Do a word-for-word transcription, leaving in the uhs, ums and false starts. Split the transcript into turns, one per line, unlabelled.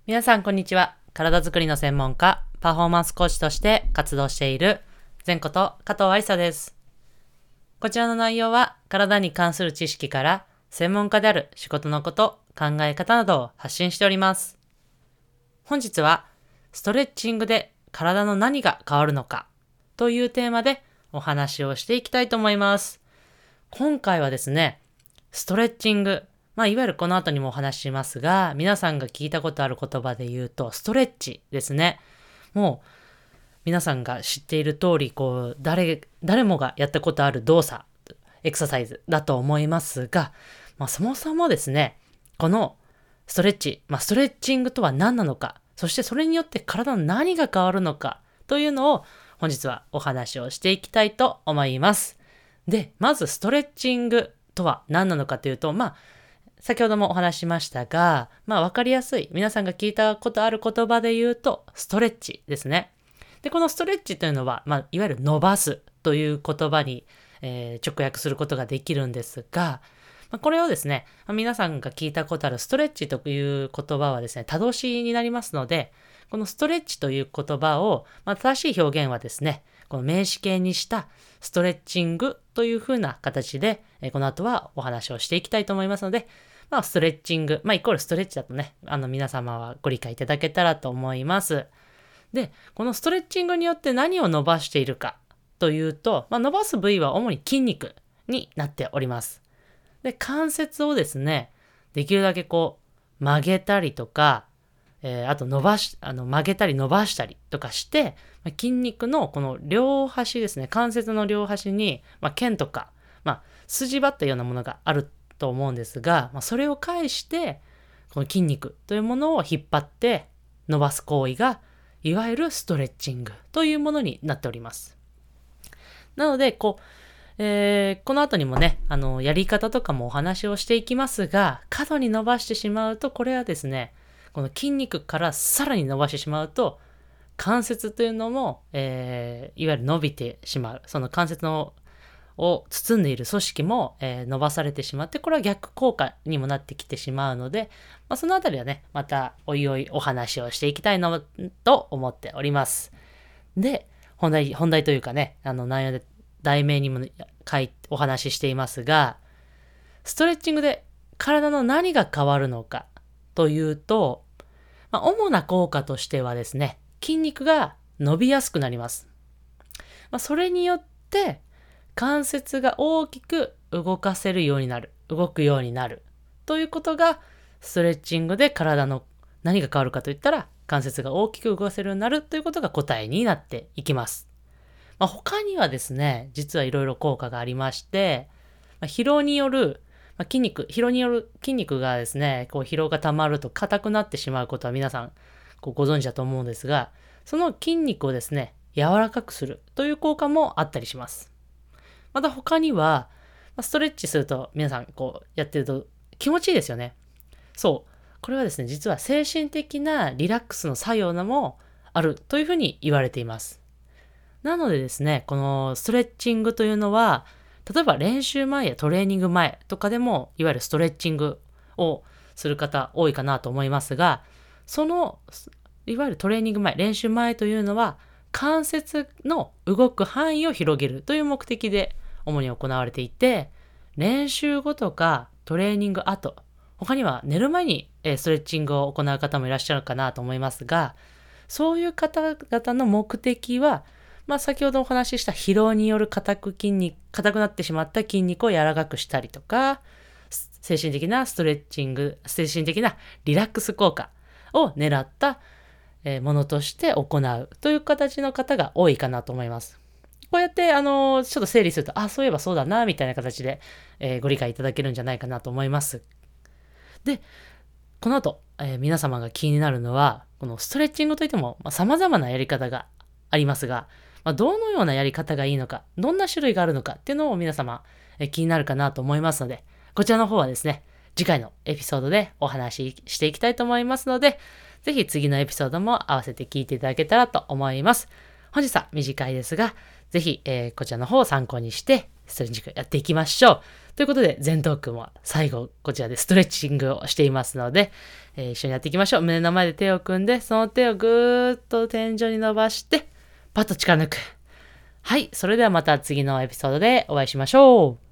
皆さんこんにちは。体づくりの専門家、パフォーマンスコーチとして活動している前こと加藤愛沙です。こちらの内容は体に関する知識から専門家である仕事のこと、考え方などを発信しております。本日はストレッチングで体の何が変わるのかというテーマでお話をしていきたいと思います。今回はですね、ストレッチング、まあ、いわゆるこの後にもお話ししますが、皆さんが聞いたことある言葉で言うと、ストレッチですね。もう、皆さんが知っている通り、こう、誰、誰もがやったことある動作、エクササイズだと思いますが、まあ、そもそもですね、このストレッチ、まあ、ストレッチングとは何なのか、そしてそれによって体の何が変わるのか、というのを本日はお話をしていきたいと思います。で、まずストレッチングとは何なのかというと、まあ、先ほどもお話ししましたが、まあわかりやすい、皆さんが聞いたことある言葉で言うと、ストレッチですね。で、このストレッチというのは、まあいわゆる伸ばすという言葉に、えー直訳することができるんですが、まあ、これをですね、まあ皆さんが聞いたことあるストレッチという言葉はですね、多動詞になりますので、このストレッチという言葉を、まあ、正しい表現はですね、この名詞形にしたストレッチングという風な形で、えーこの後はお話をしていきたいと思いますので、まあ、ストレッチング、まあ、イコールストレッチだとね、あの、皆様はご理解いただけたらと思います。で、このストレッチングによって何を伸ばしているかというと、まあ、伸ばす部位は主に筋肉になっております。で、関節をですね、できるだけこう、曲げたりとか、えーあと伸ばし、あの、曲げたり伸ばしたりとかして、まあ筋肉のこの両端ですね、関節の両端に、まあ、腱とか、まあ、筋張ったようなものがあると思うんですが、まあ、それを介して、この筋肉というものを引っ張って伸ばす行為が、いわゆるストレッチングというものになっております。なので、こう、えーこの後にもね、あの、やり方とかもお話をしていきますが、過度に伸ばしてしまうと、これはですね、この筋肉からさらに伸ばしてしまうと、関節というのも、えーいわゆる伸びてしまう。その関節のを包んでいる組織も、えー伸ばされてしまって、これは逆効果にもなってきてしまうので、まあ、そのあたりはね、またおいおいお話をしていきたいなと思っております。で、本題、本題というかね、あの内容で、題名にも書いお話ししていますが、ストレッチングで体の何が変わるのかというと、まあ、主な効果としてはですね、筋肉が伸びやすくなります。まあ、それによって、関節が大きく動かせるようになる、動くようになるということが、ストレッチングで体の何が変わるかといったら、関節が大きく動かせるようになるということが答えになっていきます。まあ、他にはですね、実はいろいろ効果がありまして、まあ、疲労による、まあ、筋肉、疲労による筋肉がですね、こう疲労が溜まると硬くなってしまうことは皆さんこうご存知だと思うんですが、その筋肉をですね、柔らかくするという効果もあったりします。また他には、まあストレッチすると皆さんこうやってると気持ちいいですよね。そう。これはですね、実は精神的なリラックスの作用なもあるというふうに言われています。なのでですね、このストレッチングというのは、例えば練習前やトレーニング前とかでも、いわゆるストレッチングをする方多いかなと思いますが、その、いわゆるトレーニング前、練習前というのは、関節の動く範囲を広げるという目的で主に行われていて、練習後とかトレーニング後、他には寝る前にえーストレッチングを行う方もいらっしゃるかなと思いますが、そういう方々の目的は、まあ先ほどお話しした疲労による硬く筋肉、硬くなってしまった筋肉を柔らかくしたりとか、精神的なストレッチング、精神的なリラックス効果を狙ったえーものとして行うという形の方が多いかなと思います。こうやって、あのーちょっと整理すると、あ、そういえばそうだな、みたいな形で、えーご理解いただけるんじゃないかなと思います。で、この後、えー皆様が気になるのは、このストレッチングといっても、まあ、様々なやり方がありますが、まあ、どのようなやり方がいいのか、どんな種類があるのかっていうのを皆様、えー気になるかなと思いますので、こちらの方はですね、次回のエピソードでお話ししていきたいと思いますので、ぜひ次のエピソードも合わせて聞いていただけたらと思います。本日は短いですが、ぜひ、えーこちらの方を参考にしてストレッチングやっていきましょう。ということで、前頭筋も最後、こちらでストレッチングをしていますので、えー一緒にやっていきましょう。胸の前で手を組んで、その手をぐーっと天井に伸ばして、パッと力抜く。はい。それではまた次のエピソードでお会いしましょう。